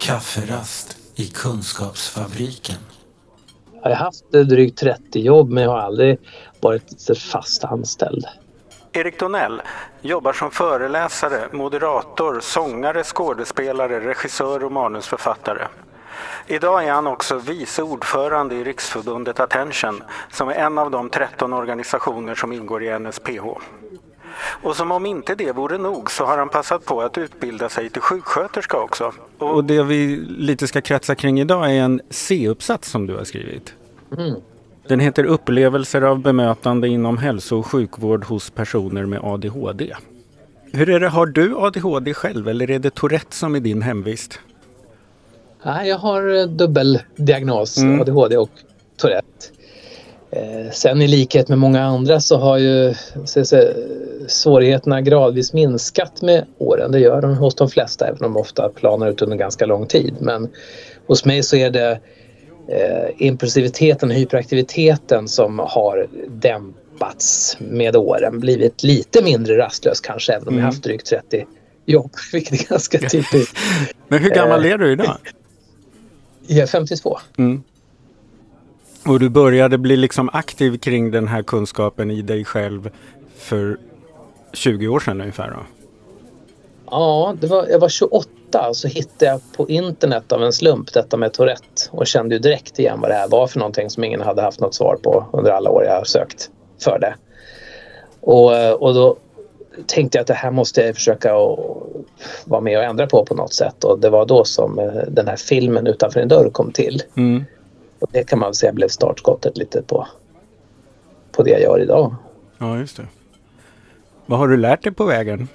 Kafferast i Kunskapsfabriken. Jag har haft drygt 30 jobb, men jag har aldrig varit fast anställd. Erik Donell jobbar som föreläsare, moderator, sångare, skådespelare, regissör och manusförfattare. Idag är han också vice ordförande i Riksförbundet Attention, som är en av de 13 organisationer som ingår i NSPH. Och som om inte det vore nog så har han passat på att utbilda sig till sjuksköterska också. Och det vi lite ska kretsa kring idag är en C-uppsats som du har skrivit. Den heter Upplevelser av bemötande inom hälso- och sjukvård hos personer med ADHD. Hur är det, har du ADHD själv eller är det Tourette som är din hemvist? Nej, jag har dubbeldiagnos, ADHD och Tourette. Sen i likhet med många andra så har ju svårigheterna gradvis minskat med åren. Det gör de hos de flesta, även om de ofta planar ut under ganska lång tid. Men hos mig så är det impulsiviteten och hyperaktiviteten som har dämpats med åren. Blivit lite mindre rastlös kanske, även om jag haft drygt 30 jobb, vilket är ganska typiskt. Men hur gammal är du idag? Jag är 52. Och du började bli liksom aktiv kring den här kunskapen i dig själv för 20 år sedan ungefär då? Ja, jag var 28 så hittade jag på internet av en slump detta med Tourette och kände ju direkt igen vad det här var för någonting som ingen hade haft något svar på under alla år jag har sökt för det. Och då tänkte jag att det här måste jag försöka vara med och ändra på något sätt, och det var då som den här filmen Utanför en dörr kom till. Och det kan man säga blev startskottet lite på det jag gör idag. Ja, just det. Vad har du lärt dig på vägen?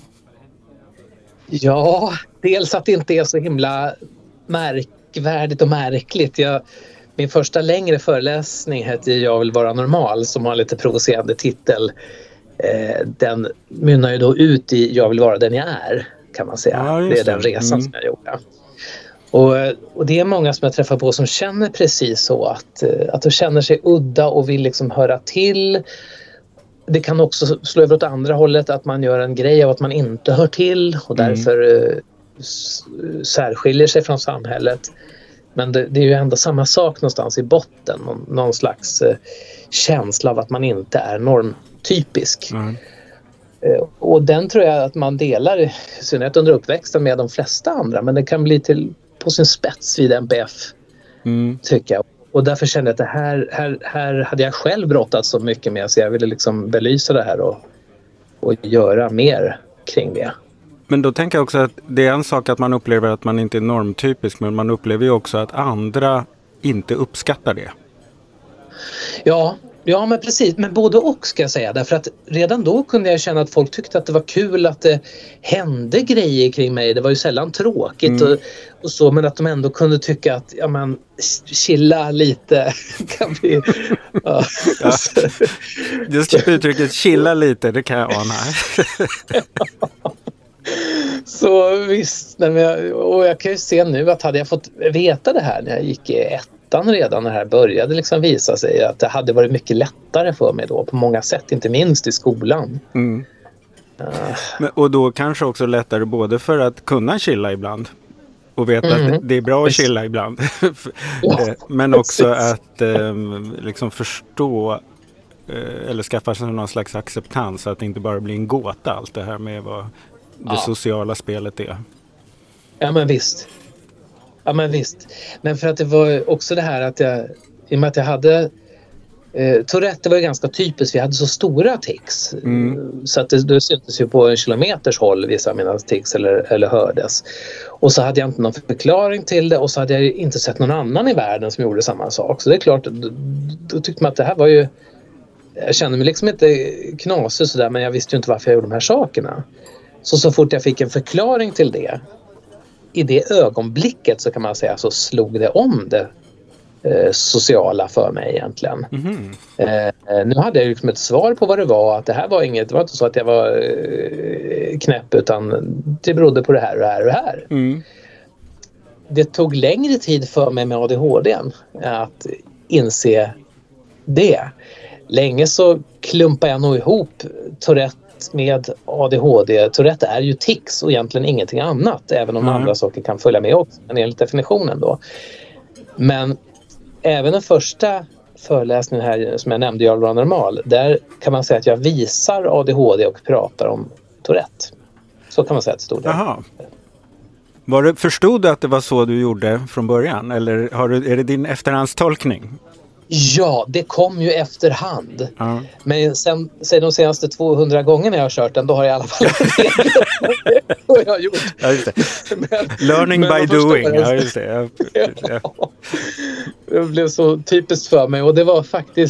Ja, dels att det inte är så himla märkvärdigt och märkligt. Min första längre föreläsning hette Jag vill vara normal, som har en lite provocerande titel. Den mynnar ju då ut i Jag vill vara den jag är, kan man säga. Ja, det är den resan som jag gjorde. Och det är många som jag träffar på som känner precis så, att de känner sig udda och vill liksom höra till. Det kan också slå över åt andra hållet, att man gör en grej av att man inte hör till och därför särskiljer sig från samhället. Men det är ju ändå samma sak någonstans i botten. Någon slags känsla av att man inte är normtypisk. Och den tror jag att man delar, i synnerhet under uppväxten, med de flesta andra. Men det kan bli på sin spets vid NPF, tycker jag. Och därför kände jag att det här hade jag själv brottat så mycket med, så jag ville liksom belysa det här och göra mer kring det. Men då tänker jag också att det är en sak att man upplever att man inte är normtypisk, men man upplever ju också att andra inte uppskattar det. Ja, men precis. Men både och ska jag säga. Därför att redan då kunde jag känna att folk tyckte att det var kul att det hände grejer kring mig. Det var ju sällan tråkigt och så. Men att de ändå kunde tycka att, ja men, chilla lite kan vi... Ja. Ja. Just uttrycket chilla lite, det kan jag ana. Så visst, och jag kan ju se nu att hade jag fått veta det här när jag gick i redan när det här började liksom visa sig, att det hade varit mycket lättare för mig då på många sätt, inte minst i skolan. Och då kanske också lättare både för att kunna chilla ibland och veta att det är bra att chilla ibland. Men också att liksom förstå eller skaffa sig någon slags acceptans, så att det inte bara blir en gåta allt det här med vad det sociala spelet är. Ja men visst. Men för att det var också det här att i och med att jag hade Tourette, var ju ganska typiskt, vi hade så stora tics. Så att det syntes ju på en kilometers håll vissa av mina tics eller hördes. Och så hade jag inte någon förklaring till det, och så hade jag inte sett någon annan i världen som gjorde samma sak. Så det är klart, då tyckte man att det här var ju, jag kände mig liksom inte knasig sådär, men jag visste ju inte varför jag gjorde de här sakerna. Så fort jag fick en förklaring till det, i det ögonblicket så kan man säga, så slog det om det sociala för mig egentligen. Nu hade jag liksom ett svar på vad det var, att det här var inget, det var inte så att jag var knäpp, utan det berodde på det här och det här och det här. Det tog längre tid för mig med ADHD att inse det. Länge så klumpade jag nog ihop Tourette Tourette med ADHD. Tourette är ju tics och egentligen ingenting annat, även om andra saker kan följa med också, men enligt definitionen då. Men även den första föreläsningen här som jag nämnde, Jag vill vara normal, där kan man säga att jag visar ADHD och pratar om Tourette. Så kan man säga att det stod där. Jaha. Förstod du att det var så du gjorde från början? Eller är det din efterhandstolkning? Ja, det kom ju efterhand. Men sen de senaste 200 gångerna jag har kört den, då har jag i alla fall vad jag har gjort. Ja, just det. Learning by doing. Ja, just det. Ja. Det blev så typiskt för mig, och det var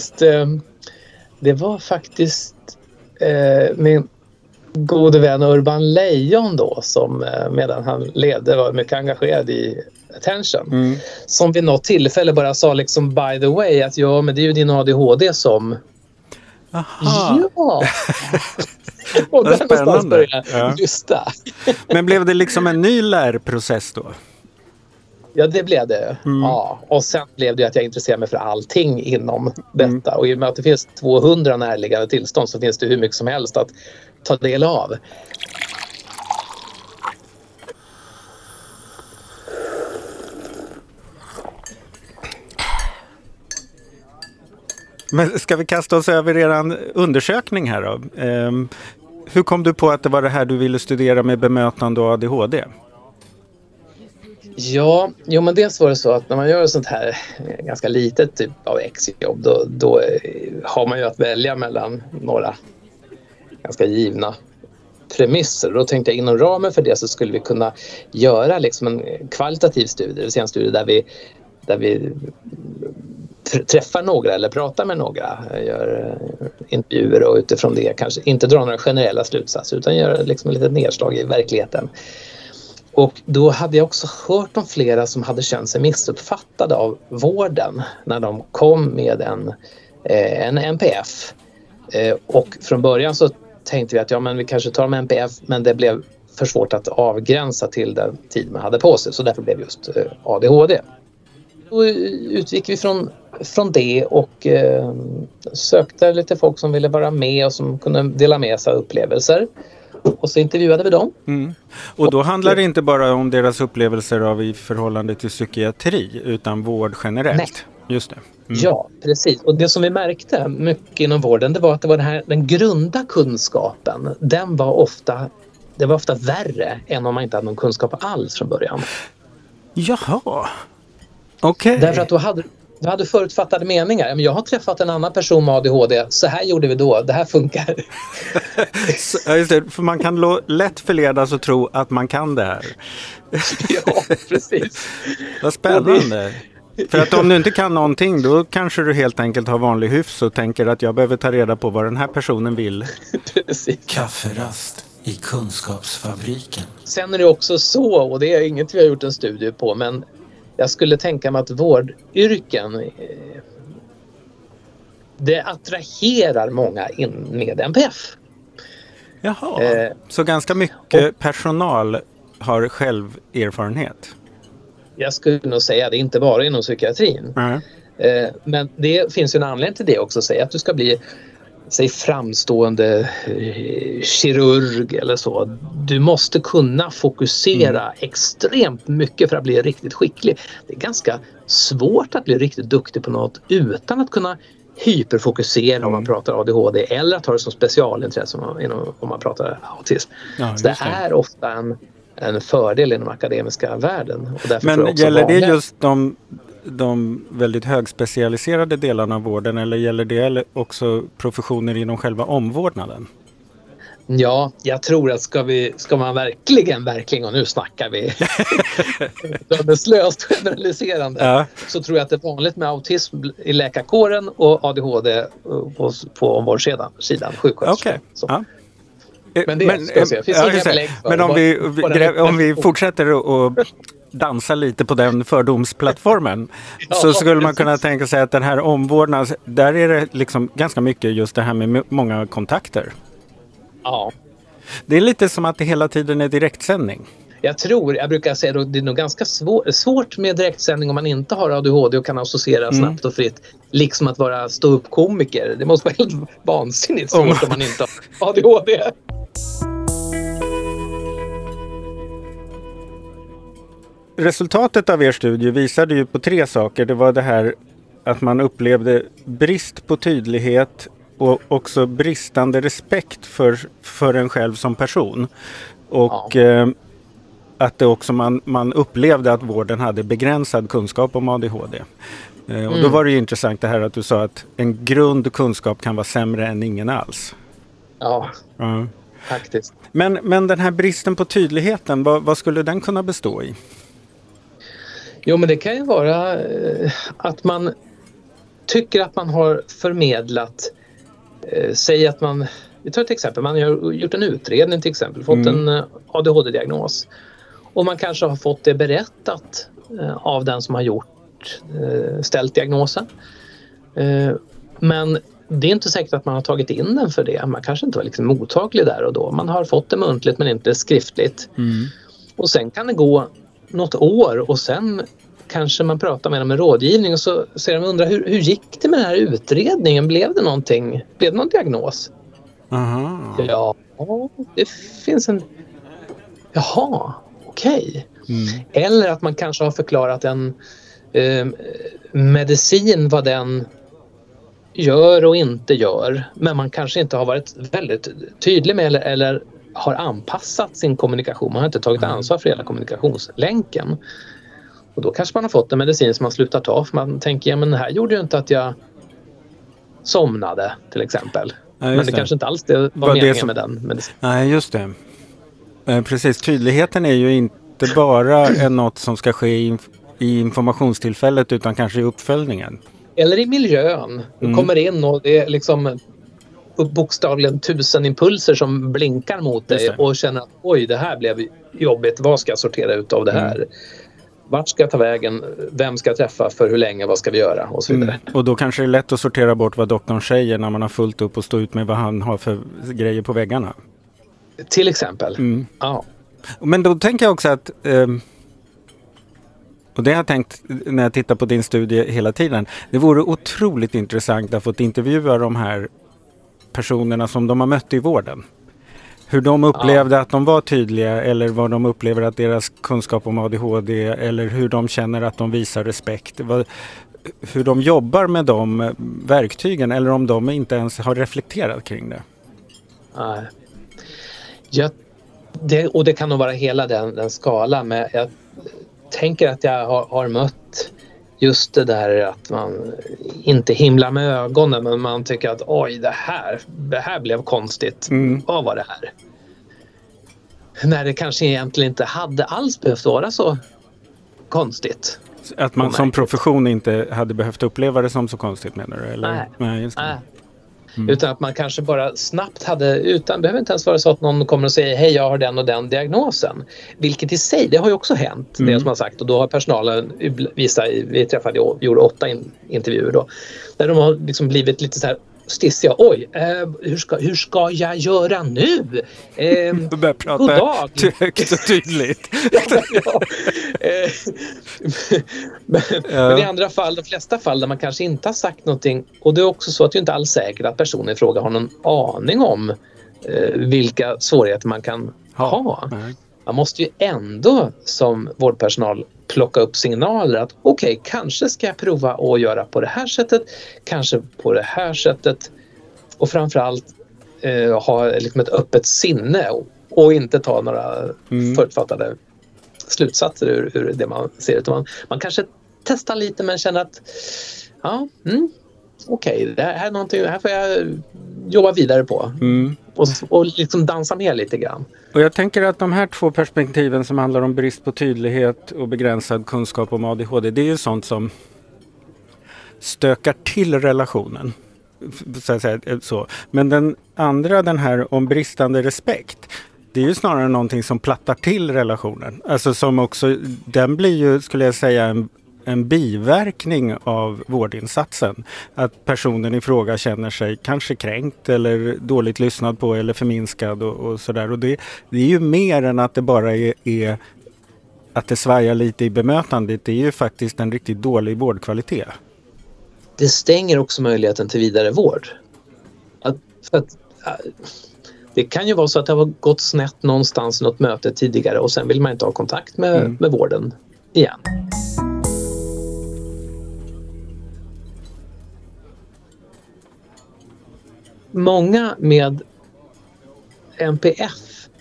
faktiskt min gode vän Urban Lejon då, som medan han levde var mycket engagerad i attention. Som vid något tillfälle bara sa liksom by the way att ja, men det är ju din ADHD som... Aha. Ja! Och där någonstans började jag lyssna. Men blev det liksom en ny lärprocess då? Ja, det blev det. Ja. Och sen blev det att jag intresserade mig för allting inom detta. Och i och med att det finns 200 närliggande tillstånd så finns det hur mycket som helst att ta del av. Men ska vi kasta oss över er undersökning här då? Hur kom du på att det var det här du ville studera med bemötande och ADHD? Ja, men dels var det så att när man gör sånt här ganska litet typ av exjobb då har man ju att välja mellan några ganska givna premisser. Då tänkte jag inom ramen för det så skulle vi kunna göra liksom en kvalitativ studie, det vill säga en studie där vi träffar några eller pratar med några, gör intervjuer och utifrån det kanske inte dra några generella slutsatser utan gör liksom ett litet nedslag i verkligheten. Och då hade jag också hört om flera som hade känt sig missuppfattade av vården när de kom med en NPF. Och från början så tänkte vi att ja, men vi kanske tar med NPF, men det blev för svårt att avgränsa till den tid man hade på sig, så därför blev just ADHD. Då utgick vi från det och sökte lite folk som ville vara med och som kunde dela med sig av upplevelser. Och så intervjuade vi dem. Och då handlar det inte bara om deras upplevelser av i förhållande till psykiatri utan vård generellt. Nej. Just det. Ja, precis. Och det som vi märkte mycket inom vården, det var att det var den grunda kunskapen, det var ofta värre än om man inte hade någon kunskap alls från början. Jaha. Okej. Därför att du hade förutfattade meningar. Men jag har träffat en annan person med ADHD. Så här gjorde vi då. Det här funkar. Ja, just det. För man kan lätt förledas och tro att man kan det här. Ja, precis. Vad spännande. För att om du inte kan någonting, då kanske du helt enkelt har vanlig hyfs och tänker att jag behöver ta reda på vad den här personen vill. Precis. Kafferast i kunskapsfabriken. Sen är det också så, och det är inget vi har gjort en studie på, men jag skulle tänka mig att vårdyrken det attraherar många in med NPF. Jaha, så ganska mycket personal har själverfarenhet? Jag skulle nog säga det, inte bara inom psykiatrin. Men det finns ju en anledning till det också. Säg att du ska bli framstående kirurg eller så. Du måste kunna fokusera extremt mycket för att bli riktigt skicklig. Det är ganska svårt att bli riktigt duktig på något utan att kunna hyperfokusera om man pratar ADHD eller att ha det som specialintresse om man pratar autism. Ja, så det är ofta en fördel inom akademiska världen. Och därför men gäller det just de väldigt högspecialiserade delarna av vården eller gäller det också professioner inom själva omvårdnaden? Ja, jag tror att ska man verkligen, och nu snackar vi slöst generaliserande, så tror jag att det är vanligt med autism i läkarkåren och ADHD på omvårdssidan, sjuksköterskor. Okay. Ja. Men det ska se. Finns inga belägg för. Men om vi fortsätter att dansa lite på den fördomsplattformen så skulle man kunna tänka sig att den här omvårdnaden, där är det liksom ganska mycket just det här med många kontakter. Ja. Det är lite som att det hela tiden är direktsändning. Jag brukar säga att det är nog ganska svårt med direktsändning om man inte har ADHD och kan associera snabbt och fritt. Liksom att vara stå-upp-komiker. Det måste vara helt vansinnigt svårt om man inte har ADHD. Resultatet av er studie visade ju på 3 saker. Det var det här att man upplevde brist på tydlighet och också bristande respekt för en själv som person. Och att det också man upplevde att vården hade begränsad kunskap om ADHD. Och då var det ju intressant det här att du sa att en grundkunskap kan vara sämre än ingen alls. Ja, faktiskt. Men den här bristen på tydligheten, vad skulle den kunna bestå i? Jo, men det kan ju vara att man tycker att man har förmedlat, säg att man, vi tar ett exempel, man har gjort en utredning till exempel, fått en ADHD-diagnos och man kanske har fått det berättat av den som har ställt diagnosen. Men det är inte säkert att man har tagit in den för det. Man kanske inte var liksom mottaglig där och då. Man har fått det muntligt men inte skriftligt. Och sen kan det gå något år och sen kanske man pratar med dem med rådgivning och så säger de undrar hur gick det med den här utredningen? Blev det någon diagnos? Aha. Ja, det finns en... Jaha, okej. Eller att man kanske har förklarat en medicin vad den gör och inte gör. Men man kanske inte har varit väldigt tydlig med eller har anpassat sin kommunikation. Man har inte tagit ansvar för hela kommunikationslänken. Och då kanske man har fått en medicin som man slutar ta. För man tänker, ja men det här gjorde ju inte att jag somnade till exempel. Ja, men det kanske inte alls det var meningen med den medicinen. Nej, just det. Precis, tydligheten är ju inte bara något som ska ske i informationstillfället utan kanske i uppföljningen. Eller i miljön. Du kommer in och det är liksom bokstavligen 1000 impulser som blinkar mot dig och känner att oj, det här blev jobbigt. Vad ska jag sortera ut av det här? Vart ska jag ta vägen? Vem ska jag träffa? För hur länge? Vad ska vi göra? Och så vidare. Och då kanske det är lätt att sortera bort vad doktorn säger när man har fullt upp och stå ut med vad han har för grejer på väggarna. Till exempel. Ja. Men då tänker jag också att och det har jag tänkt när jag tittar på din studie hela tiden. Det vore otroligt intressant att få intervjua de här personerna som de har mött i vården. Hur de upplevde att de var tydliga eller vad de upplever att deras kunskap om ADHD eller hur de känner att de visar respekt. Hur de jobbar med de verktygen eller om de inte ens har reflekterat kring det. Nej. Och det kan nog vara hela den skalan. Men jag tänker att jag har mött just det där att man inte himlar med ögonen men man tycker att oj, det här blev konstigt. Vad var det här? När det kanske egentligen inte hade alls behövt vara så konstigt. Att man som profession inte hade behövt uppleva det som så konstigt, menar du? Eller? Nej, just det. Utan att man kanske bara snabbt behöver inte ens vara så att någon kommer och säger hej, jag har den och den diagnosen. Vilket i sig, det har ju också hänt, det som har sagt. Och då har personalen, vi träffade och gjorde 8 intervjuer då. Där de har liksom blivit lite så här stissiga. Oj, hur ska jag göra nu? Du börjar prata högt och tydligt. Men i andra fall, de flesta fall där man kanske inte har sagt någonting och det är också så att det är inte alls säkert att personen i fråga har någon aning om vilka svårigheter man kan ha. Man måste ju ändå som vårdpersonal plocka upp signaler att okej, kanske ska jag prova att göra på det här sättet, kanske på det här sättet och framförallt ha liksom ett öppet sinne och inte ta några förutfattade slutsatser ur det man ser. Utan man kanske testar lite men känner att okej, det här är någonting, här får jag jobba vidare på och liksom dansa med lite grann. Och jag tänker att de här 2 perspektiven som handlar om brist på tydlighet och begränsad kunskap om ADHD, det är ju sånt som stökar till relationen. Så. Men den andra, den här om bristande respekt, det är ju snarare någonting som plattar till relationen. Alltså som också, den blir ju, skulle jag säga, en biverkning av vårdinsatsen. Att personen i fråga känner sig kanske kränkt eller dåligt lyssnad på eller förminskad och sådär. Och det är ju mer än att det bara är att det svajar lite i bemötandet. Det är ju faktiskt en riktigt dålig vårdkvalitet. Det stänger också möjligheten till vidare vård. Det kan ju vara så att det har gått snett någonstans i något möte tidigare och sen vill man inte ha kontakt med vården igen. Många med NPF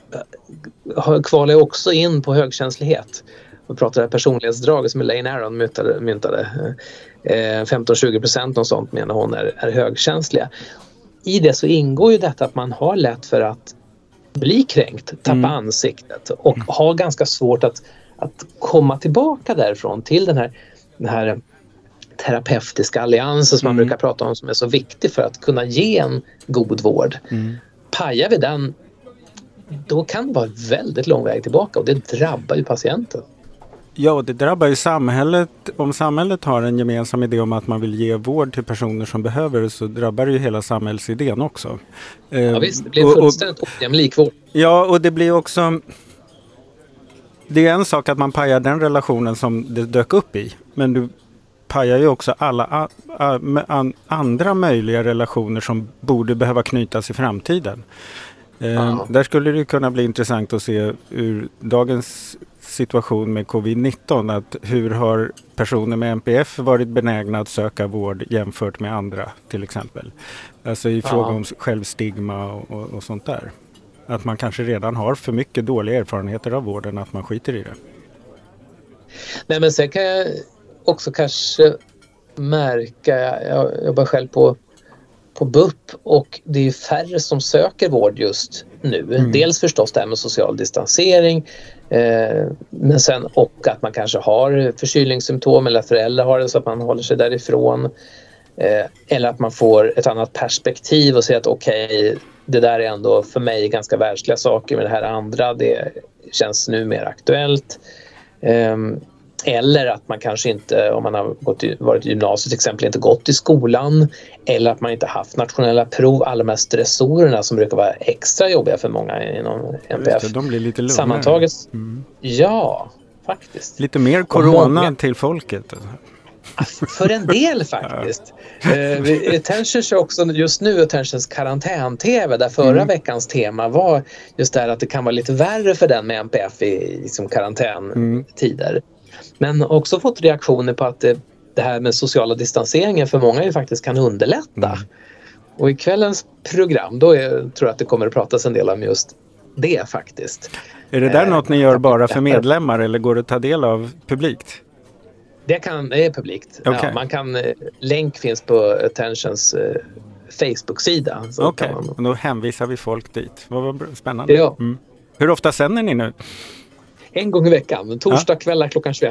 kvalar också in på högkänslighet. Vi pratar om personlighetsdraget som Elaine Aron myntade. 15-20% och sånt menar hon är högkänsliga. I det så ingår ju detta att man har lätt för att bli kränkt, tappa ansiktet och har ganska svårt att komma tillbaka därifrån till den här terapeutiska alliansen som man brukar prata om, som är så viktig för att kunna ge en god vård. Pajar vi den, då kan det vara väldigt lång väg tillbaka och det drabbar ju patienten. Ja, det drabbar ju samhället. Om samhället har en gemensam idé om att man vill ge vård till personer som behöver det, så drabbar det ju hela samhällsidén också. Ja visst, det blir fullständigt ojämlik vård. Ja, och det blir också... Det är en sak att man pajar den relationen som det dök upp i. Men du pajar ju också alla andra möjliga relationer som borde behöva knytas i framtiden. Där skulle det kunna bli intressant att se ur dagens situation med covid-19, att hur har personer med NPF varit benägna att söka vård jämfört med andra till exempel. Alltså i fråga om självstigma och sånt där. Att man kanske redan har för mycket dåliga erfarenheter av vården att man skiter i det. Nej, men sen kan jag också kanske märka, jag jobbar själv på BUP och det är färre som söker vård just nu. Dels förstås det här med social distansering, men sen och att man kanske har förkylningssymptom eller föräldrar har det så att man håller sig därifrån. Eller att man får ett annat perspektiv och säger att okej, det där är ändå för mig ganska världsliga saker, men det här andra, det känns nu mer aktuellt. Eller att man kanske inte, om man har varit i gymnasiet till exempel, inte gått i skolan, eller att man inte haft nationella prov, alla de här stressorerna som brukar vara extra jobbiga för många inom NPF. Det, de blir lite lugnare. Sammantaget, ja, faktiskt. Lite mer corona till folket. För en del faktiskt. Attention kör också just nu Attentions karantän-tv, där förra veckans tema var just det här att det kan vara lite värre för den med NPF i liksom karantäntider. Men också fått reaktioner på att det här med sociala distanseringen för många ju faktiskt kan underlätta. Och i kvällens program då tror jag att det kommer att pratas en del om just det faktiskt. Är det där något ni gör bara för medlemmar eller går det att ta del av publikt? Det är publikt. Okay. Ja, man kan, länk finns på Attentions Facebook-sida. Okej, och då hänvisar vi folk dit. Vad spännande. Ja. Hur ofta sänder ni nu? En gång i veckan, torsdag kvällar klockan 21.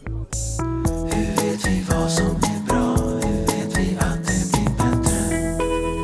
Hur vet vi vad som är bra? Hur vet vi att det blir bättre?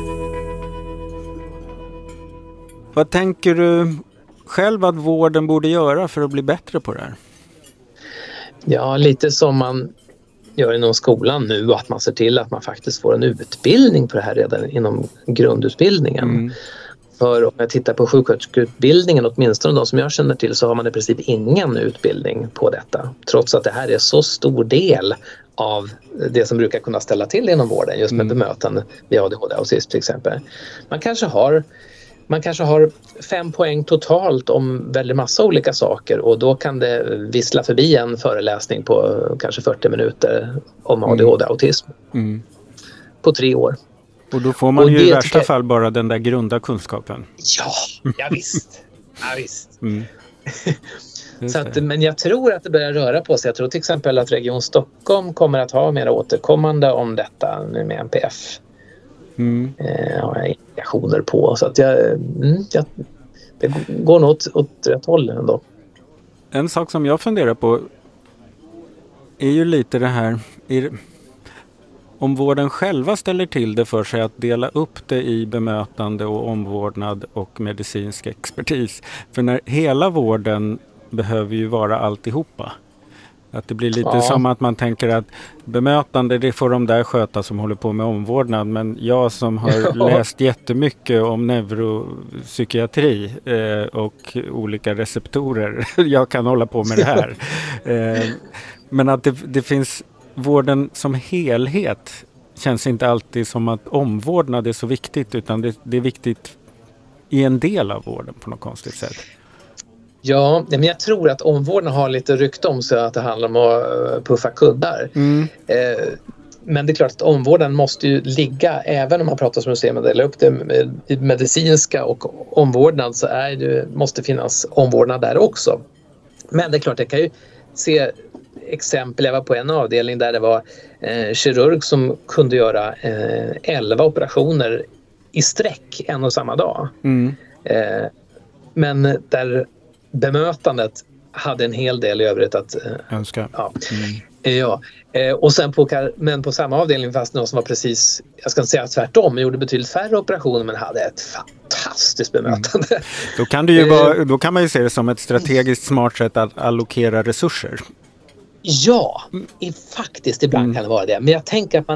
Vad tänker du själv att vården borde göra för att bli bättre på det här? Ja, lite som man gör inom skolan nu, att man ser till att man faktiskt får en utbildning på det här redan inom grundutbildningen. För om jag tittar på sjuksköterskeutbildningen, åtminstone de som jag känner till, så har man i princip ingen utbildning på detta. Trots att det här är så stor del av det som brukar kunna ställa till inom vården, just med bemötande vid ADHD och autism till exempel. Man kanske har 5 poäng totalt om väldigt massa olika saker, och då kan det vissla förbi en föreläsning på kanske 40 minuter om ADHD och autism på 3 år. Och då får man ju i värsta fall bara den där grunda kunskapen. Ja visst. Så att, men jag tror att det börjar röra på sig. Jag tror till exempel att Region Stockholm kommer att ha mer återkommande om detta med NPF. Har jag indikationer på. Så att det går nog åt rätt håll ändå. En sak som jag funderar på är ju lite det här... Om vården själva ställer till det för sig att dela upp det i bemötande och omvårdnad och medicinsk expertis. För när hela vården behöver ju vara alltihopa. Att det blir lite som att man tänker att bemötande, det får de där sköta som håller på med omvårdnad. Men jag som har läst jättemycket om neuropsykiatri och olika receptorer, jag kan hålla på med det här. Men att det finns vården som helhet känns inte alltid som att omvårdnad är så viktigt, utan det är viktigt i en del av vården på något konstigt sätt. Ja, men jag tror att omvårdnad har lite rykte om sig att det handlar om att puffa kuddar. Men det är klart att omvårdnaden måste ju ligga, även om man pratar som du säger, man delar upp det i medicinska och omvårdnad, så måste finnas omvårdnad där också. Men det är klart, jag kan ju se exempel. Jag var på en avdelning där det var kirurg som kunde göra 11 operationer i sträck en och samma dag. Men där bemötandet hade en hel del i övrigt att önska. Och sen på samma avdelning fast någon som var precis, jag ska inte säga tvärtom, gjorde betydligt färre operationer men hade ett fantastiskt bemötande. Då kan man ju se det som ett strategiskt smart sätt att allokera resurser. Ja, faktiskt ibland kan det vara det. Men jag tänker att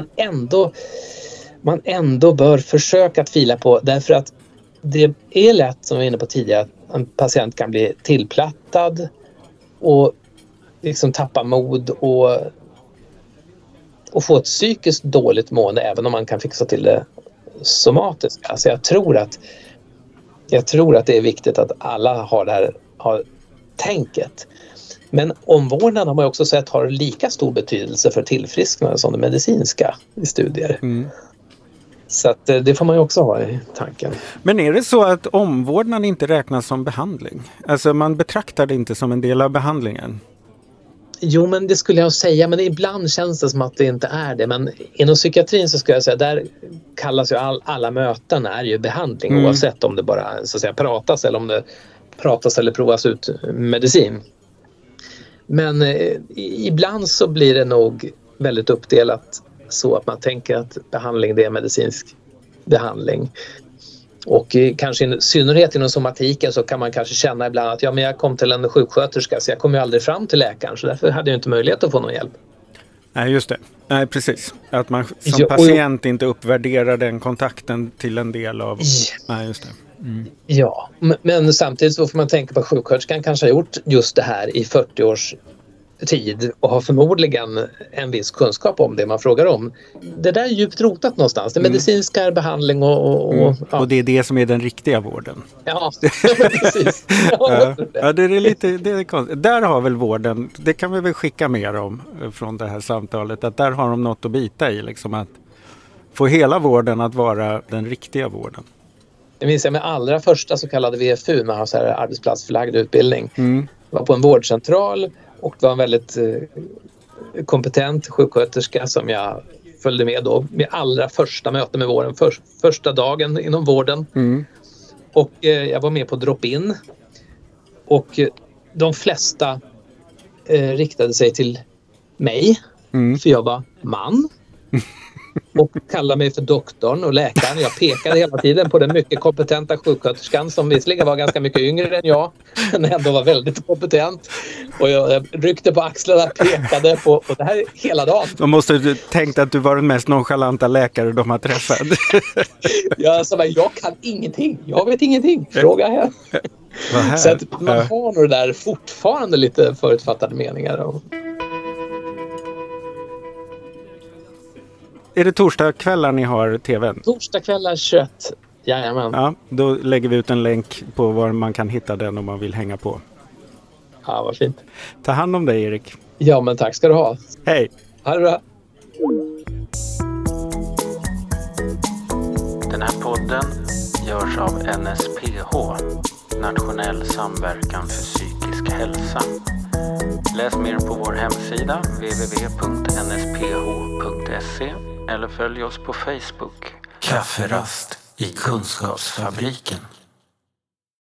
man ändå bör försöka att fila på, därför att det är lätt, som vi var inne på tidigare, att en patient kan bli tillplattad och liksom tappa mod och få ett psykiskt dåligt mående även om man kan fixa till det somatiskt. Alltså jag tror att det är viktigt att alla har tänket. Men omvårdnad har man också sett har lika stor betydelse för tillfrisknande som det medicinska i studier. Så att det får man ju också ha i tanken. Men är det så att omvårdnad inte räknas som behandling? Alltså man betraktar det inte som en del av behandlingen? Jo, men det skulle jag säga. Men ibland känns det som att det inte är det. Men inom psykiatrin så skulle jag säga, där kallas ju alla möten är ju behandling. Oavsett om det bara så att säga pratas eller om det pratas eller provas ut medicin. Men ibland så blir det nog väldigt uppdelat så att man tänker att behandling, det är medicinsk behandling. Och kanske i synnerhet inom somatiken så kan man kanske känna ibland att men jag kom till en sjuksköterska så jag kom ju aldrig fram till läkaren, så därför hade jag inte möjlighet att få någon hjälp. Nej, just det. Nej, precis. Att man som patient inte uppvärderar den kontakten till en del av... Nej, just det. Ja, men samtidigt så får man tänka på att sjuksköterskan kanske har gjort just det här i 40 års tid och har förmodligen en viss kunskap om det man frågar om. Det där är djupt rotat någonstans. Det medicinska är behandling och det är det som är den riktiga vården. Ja, precis. Ja, det är konstigt. Där har väl vården, det kan vi väl skicka mer om från det här samtalet, att där har de något att bita i, liksom att få hela vården att vara den riktiga vården. Jag minns med allra första så kallade VFU, man har så här arbetsplatsförlagd utbildning. Jag var på en vårdcentral och det var en väldigt kompetent sjuksköterska som jag följde med då. Med allra första möte med vården, första dagen inom vården. Och jag var med på drop-in. Och de flesta riktade sig till mig. För jag var man. Och kallade mig för doktorn och läkaren. Jag pekade hela tiden på den mycket kompetenta sjuksköterskan som visserligen var ganska mycket yngre än jag, men ändå var väldigt kompetent. Och jag ryckte på axlarna, pekade på, och det här hela dagen. De måste ha tänkt att du var den mest nonchalanta läkare de har träffat. Jag kan ingenting. Jag vet ingenting. Fråga här. Så att man har nog där fortfarande lite förutfattade meningar. Är det torsdagskvällar ni har tvn? Torsdagskvällar 21. Jajamän. Ja, då lägger vi ut en länk på var man kan hitta den om man vill hänga på. Ja, vad fint. Ta hand om dig, Erik. Ja, men tack ska du ha. Hej. Ha det bra. Den här podden görs av NSPH, Nationell samverkan för psykisk hälsa. Läs mer på vår hemsida www.nsph.se eller följ oss på Facebook. Kafferast i Kunskapsfabriken.